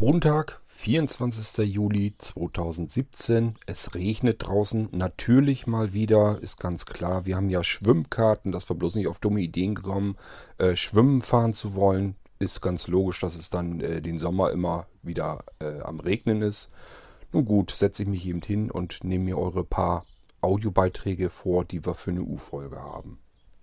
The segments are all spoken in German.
Montag, 24. Juli 2017. Es regnet draußen. Natürlich mal wieder, ist ganz klar. Wir haben ja Schwimmkarten, dass wir bloß nicht auf dumme Ideen gekommen, schwimmen fahren zu wollen. Ist ganz logisch, dass es dann den Sommer immer wieder am Regnen ist. Nun gut, setze ich mich eben hin und nehme mir eure paar Audiobeiträge vor, die wir für eine U-Folge haben.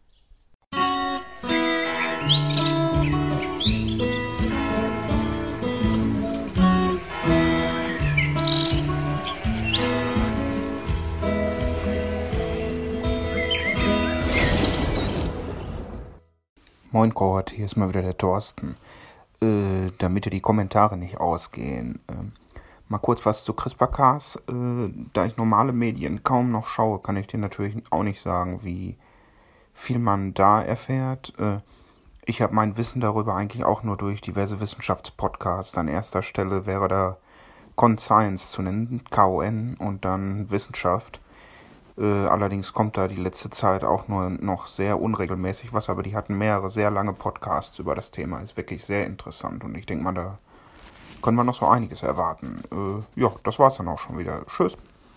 Moin Kurt, hier ist mal wieder der Thorsten. Damit dir die Kommentare nicht ausgehen. Mal kurz was zu CRISPR-Cas. Da ich normale Medien kaum noch schaue, kann ich dir natürlich auch nicht sagen, wie viel man da erfährt. Ich habe mein Wissen darüber eigentlich auch nur durch diverse Wissenschaftspodcasts. An erster Stelle wäre da Conscience zu nennen, KON und dann Wissenschaft. Allerdings kommt da die letzte Zeit auch nur noch sehr unregelmäßig was, aber die hatten mehrere sehr lange Podcasts über das Thema. Ist wirklich sehr interessant und ich denke mal, da können wir noch so einiges erwarten. Ja, das war's dann auch schon wieder. Tschüss.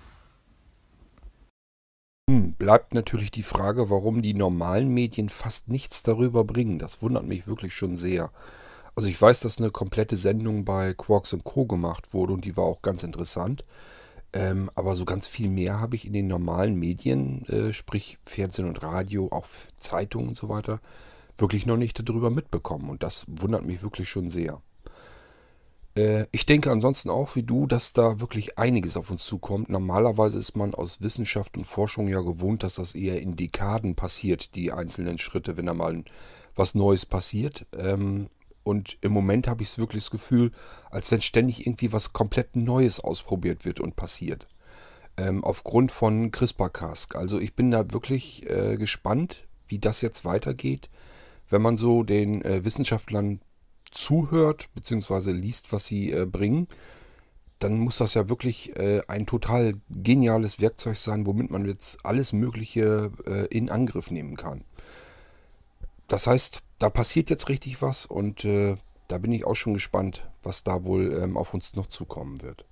Bleibt natürlich die Frage, warum die normalen Medien fast nichts darüber bringen. Das wundert mich wirklich schon sehr. Also ich weiß, dass eine komplette Sendung bei Quarks und Co. gemacht wurde und die war auch ganz interessant. Aber so ganz viel mehr habe ich in den normalen Medien, sprich Fernsehen und Radio, auch Zeitungen und so weiter, wirklich noch nicht darüber mitbekommen. Und das wundert mich wirklich schon sehr. Ich denke ansonsten auch wie du, dass da wirklich einiges auf uns zukommt. Normalerweise ist man aus Wissenschaft und Forschung ja gewohnt, dass das eher in Dekaden passiert, die einzelnen Schritte, wenn da mal was Neues passiert. Und im Moment habe ich wirklich das Gefühl, als wenn ständig irgendwie was komplett Neues ausprobiert wird und passiert. Aufgrund von CRISPR-Cas. Also ich bin da wirklich gespannt, wie das jetzt weitergeht, wenn man so den Wissenschaftlern zuhört, beziehungsweise liest, was sie bringen. Dann muss das ja wirklich ein total geniales Werkzeug sein, womit man jetzt alles Mögliche in Angriff nehmen kann. Das heißt, da passiert jetzt richtig was und da bin ich auch schon gespannt, was da wohl auf uns noch zukommen wird.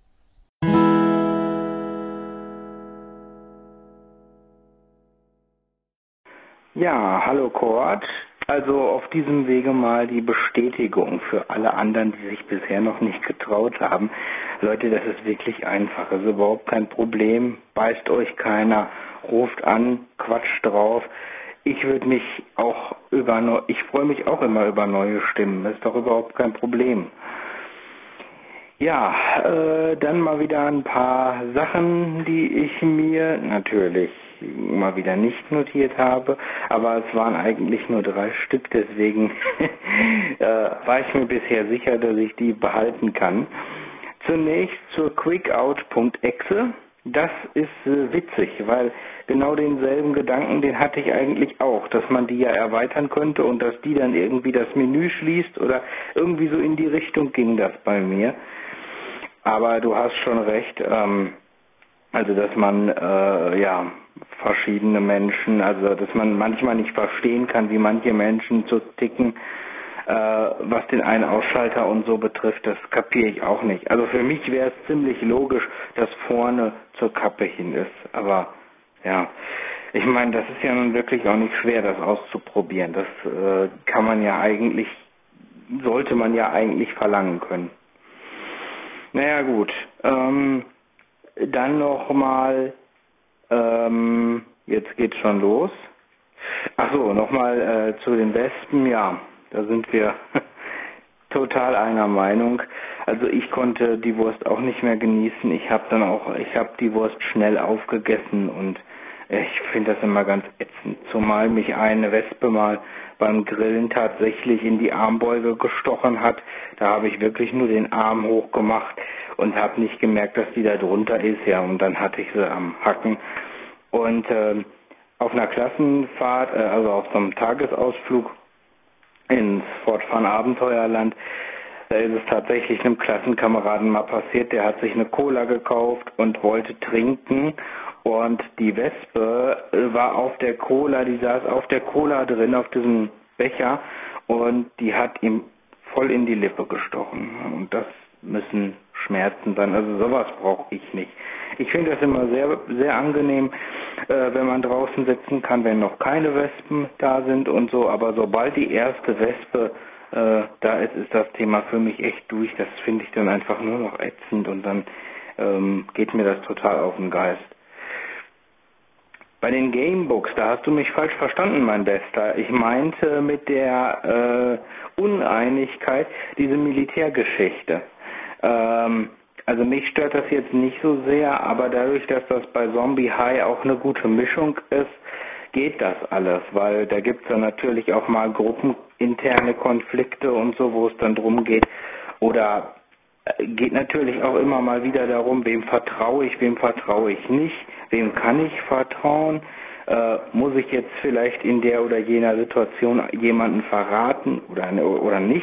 Ja, hallo Kurt. Also auf diesem Wege mal die Bestätigung für alle anderen, die sich bisher noch nicht getraut haben. Leute, das ist wirklich einfach. Es ist überhaupt kein Problem. Beißt euch keiner. Ruft an, quatscht drauf. Ich freue mich auch immer über neue Stimmen. Das ist doch überhaupt kein Problem. Ja, dann mal wieder ein paar Sachen, die ich mir natürlich mal wieder nicht notiert habe, aber es waren eigentlich nur 3 Stück, deswegen war ich mir bisher sicher, dass ich die behalten kann. Zunächst zur quickout.exe. Das ist witzig, weil genau denselben Gedanken, den hatte ich eigentlich auch, dass man die ja erweitern könnte und dass die dann irgendwie das Menü schließt oder irgendwie so in die Richtung ging das bei mir. Aber du hast schon recht, also dass man verschiedene Menschen, also dass man manchmal nicht verstehen kann, wie manche Menschen so ticken, was den einen Ausschalter und so betrifft, das kapiere ich auch nicht. Also für mich wäre es ziemlich logisch, dass vorne zur Kappe hin ist. Aber ja, ich meine, das ist ja nun wirklich auch nicht schwer, das auszuprobieren. Das sollte man ja eigentlich verlangen können. Naja gut, dann nochmal, jetzt geht's schon los. Ach so, nochmal zu den Wespen, ja, da sind wir total einer Meinung. Also ich konnte die Wurst auch nicht mehr genießen. Ich habe die Wurst schnell aufgegessen und ich finde das immer ganz ätzend. Zumal mich eine Wespe mal beim Grillen tatsächlich in die Armbeuge gestochen hat. Da habe ich wirklich nur den Arm hochgemacht und habe nicht gemerkt, dass die da drunter ist. Ja, und dann hatte ich sie am Hacken. Und auf einer Klassenfahrt, also auf so einem Tagesausflug ins Fort Fun Abenteuerland, da ist es tatsächlich einem Klassenkameraden mal passiert, der hat sich eine Cola gekauft und wollte trinken und die Wespe war auf der Cola, die saß auf der Cola drin, auf diesem Becher und die hat ihm voll in die Lippe gestochen. Und das müssen Schmerzen sein. Also sowas brauche ich nicht. Ich finde das immer sehr, sehr angenehm, wenn man draußen sitzen kann, wenn noch keine Wespen da sind und so. Aber sobald die erste Wespe da ist das Thema für mich echt durch. Das finde ich dann einfach nur noch ätzend und dann geht mir das total auf den Geist. Bei den Gamebooks, da hast du mich falsch verstanden, mein Bester. Ich meinte mit der Uneinigkeit diese Militärgeschichte. Also mich stört das jetzt nicht so sehr, aber dadurch, dass das bei Zombie High auch eine gute Mischung ist, geht das alles, weil da gibt es ja natürlich auch mal gruppeninterne Konflikte und so, wo es dann drum geht. Oder geht natürlich auch immer mal wieder darum, wem vertraue ich nicht, wem kann ich vertrauen, muss ich jetzt vielleicht in der oder jener Situation jemanden verraten oder nicht.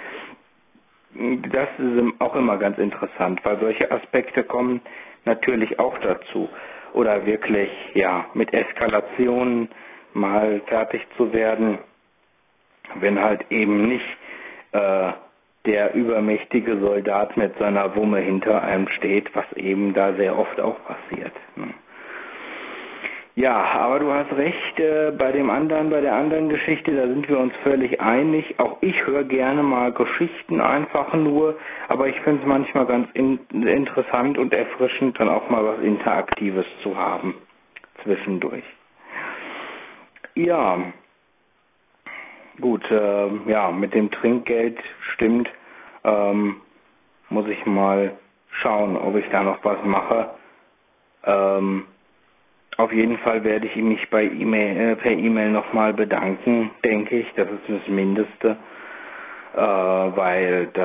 Das ist auch immer ganz interessant, weil solche Aspekte kommen natürlich auch dazu. Oder wirklich, ja, mit Eskalationen mal fertig zu werden, wenn halt eben nicht der übermächtige Soldat mit seiner Wumme hinter einem steht, was eben da sehr oft auch passiert. Ja, aber du hast recht, bei der anderen Geschichte, da sind wir uns völlig einig. Auch ich höre gerne mal Geschichten einfach nur, aber ich finde es manchmal ganz interessant und erfrischend, dann auch mal was Interaktives zu haben zwischendurch. Ja, gut, ja, mit dem Trinkgeld stimmt, muss ich mal schauen, ob ich da noch was mache. Auf jeden Fall werde ich mich per E-Mail nochmal bedanken, denke ich. Das ist das Mindeste, weil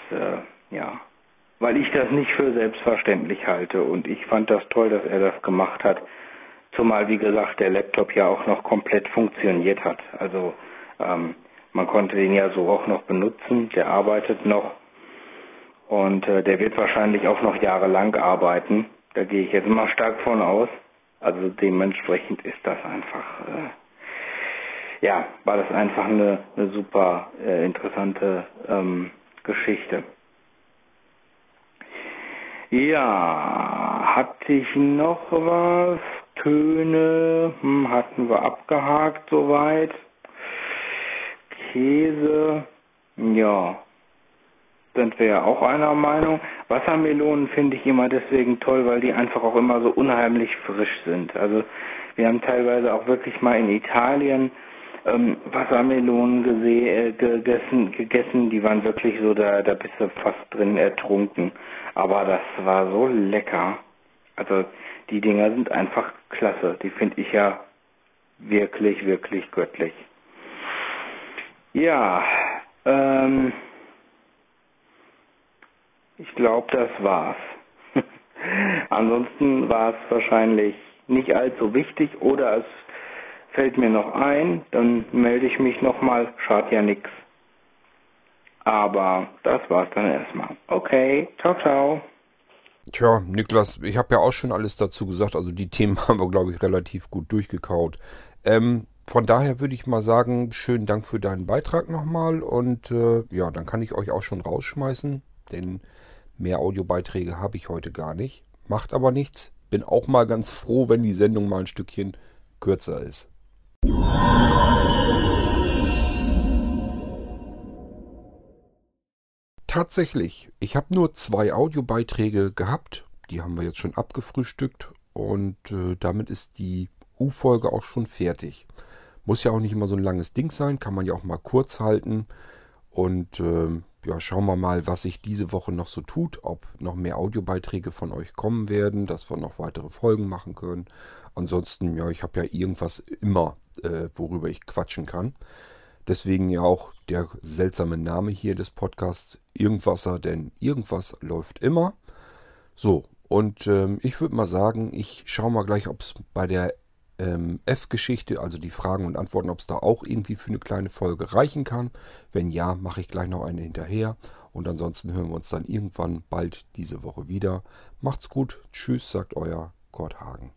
ich das nicht für selbstverständlich halte. Und ich fand das toll, dass er das gemacht hat. Zumal, wie gesagt, der Laptop ja auch noch komplett funktioniert hat. Also man konnte den ja so auch noch benutzen. Der arbeitet noch und der wird wahrscheinlich auch noch jahrelang arbeiten. Da gehe ich jetzt mal stark von aus. Also dementsprechend ist das einfach, war das einfach eine super interessante Geschichte. Ja, hatte ich noch was? Töne hatten wir abgehakt soweit. Käse, ja, sind wir ja auch einer Meinung. Wassermelonen finde ich immer deswegen toll, weil die einfach auch immer so unheimlich frisch sind. Also wir haben teilweise auch wirklich mal in Italien Wassermelonen gegessen, die waren wirklich so, da bist du fast drin ertrunken. Aber das war so lecker. Also die Dinger sind einfach klasse. Die finde ich ja wirklich, wirklich göttlich. Ja, ich glaube, das war's. Ansonsten war es wahrscheinlich nicht allzu wichtig oder es fällt mir noch ein, dann melde ich mich nochmal, schadet ja nix. Aber das war's dann erstmal. Okay, ciao, ciao. Tja, Niklas, ich habe ja auch schon alles dazu gesagt, also die Themen haben wir, glaube ich, relativ gut durchgekaut. Von daher würde ich mal sagen, schönen Dank für deinen Beitrag nochmal und ja, dann kann ich euch auch schon rausschmeißen, denn mehr Audiobeiträge habe ich heute gar nicht. Macht aber nichts, bin auch mal ganz froh, wenn die Sendung mal ein Stückchen kürzer ist. Tatsächlich, ich habe nur 2 Audiobeiträge gehabt, die haben wir jetzt schon abgefrühstückt und damit ist die U-Folge auch schon fertig. Muss ja auch nicht immer so ein langes Ding sein, kann man ja auch mal kurz halten. Und ja, schauen wir mal, was sich diese Woche noch so tut, ob noch mehr Audiobeiträge von euch kommen werden, dass wir noch weitere Folgen machen können. Ansonsten, ja, ich habe ja irgendwas immer, worüber ich quatschen kann. Deswegen ja auch der seltsame Name hier des Podcasts, Irgendwasser, denn irgendwas läuft immer. So, und ich würde mal sagen, ich schaue mal gleich, ob es bei der F-Geschichte, also die Fragen und Antworten, ob es da auch irgendwie für eine kleine Folge reichen kann. Wenn ja, mache ich gleich noch eine hinterher. Und ansonsten hören wir uns dann irgendwann bald diese Woche wieder. Macht's gut. Tschüss, sagt euer Kurt Hagen.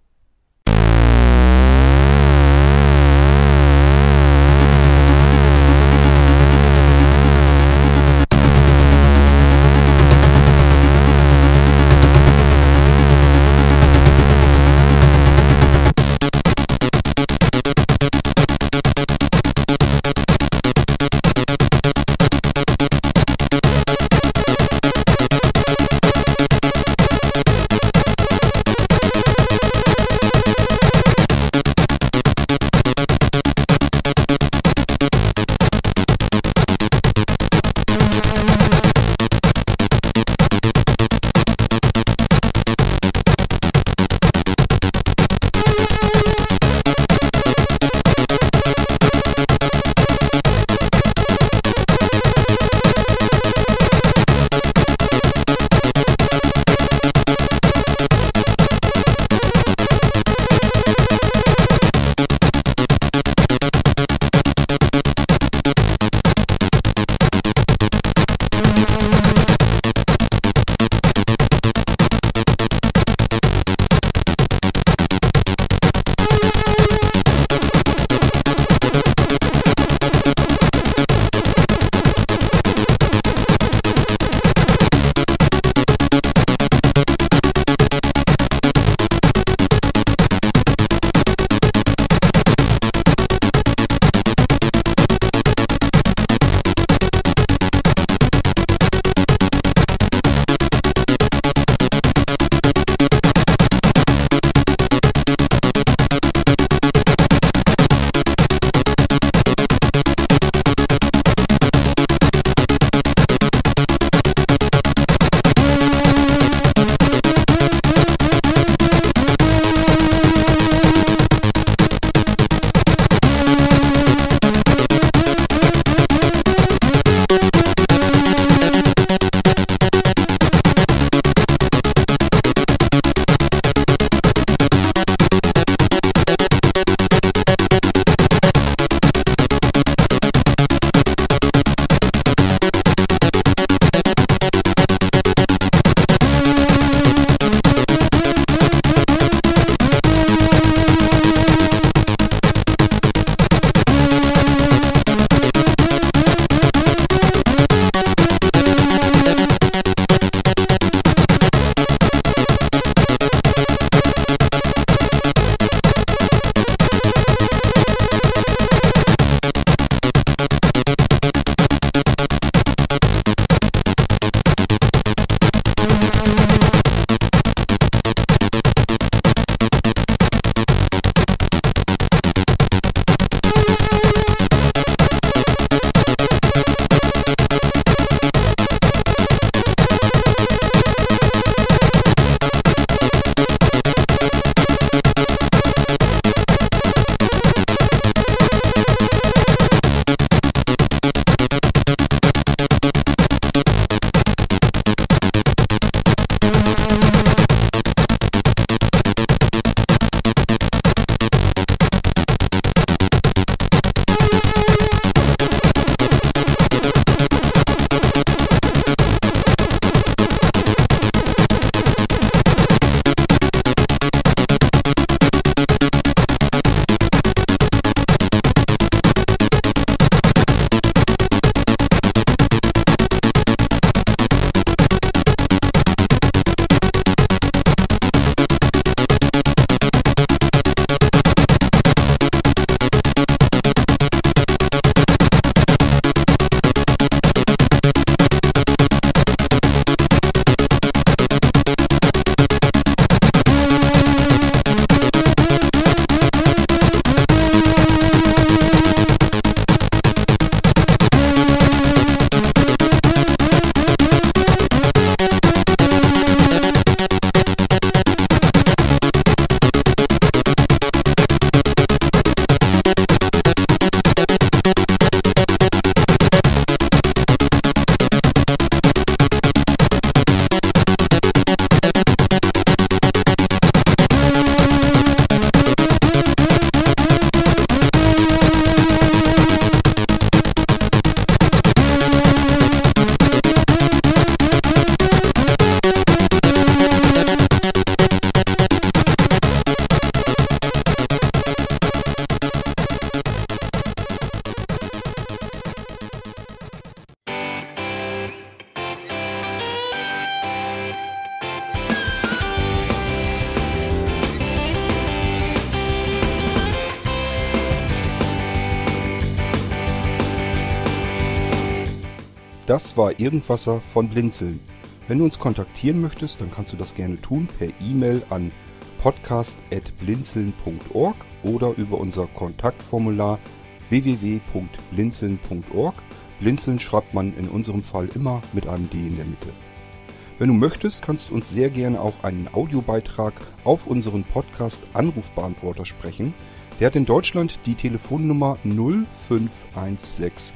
Das war Irgendwasser von Blinzeln. Wenn du uns kontaktieren möchtest, dann kannst du das gerne tun per E-Mail an podcast@blinzeln.org oder über unser Kontaktformular www.blinzeln.org. Blinzeln schreibt man in unserem Fall immer mit einem D in der Mitte. Wenn du möchtest, kannst du uns sehr gerne auch einen Audiobeitrag auf unseren Podcast Anrufbeantworter sprechen. Der hat in Deutschland die Telefonnummer 05165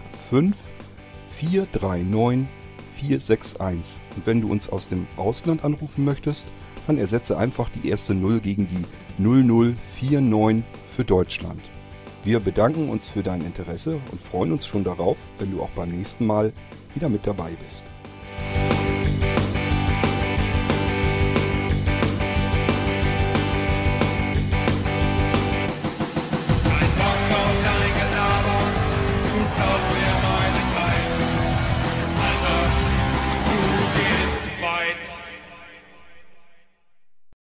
439 461. Und wenn du uns aus dem Ausland anrufen möchtest, dann ersetze einfach die erste 0 gegen die 0049 für Deutschland. Wir bedanken uns für dein Interesse und freuen uns schon darauf, wenn du auch beim nächsten Mal wieder mit dabei bist. Kein Bock auf dein Gelaber, du kaufst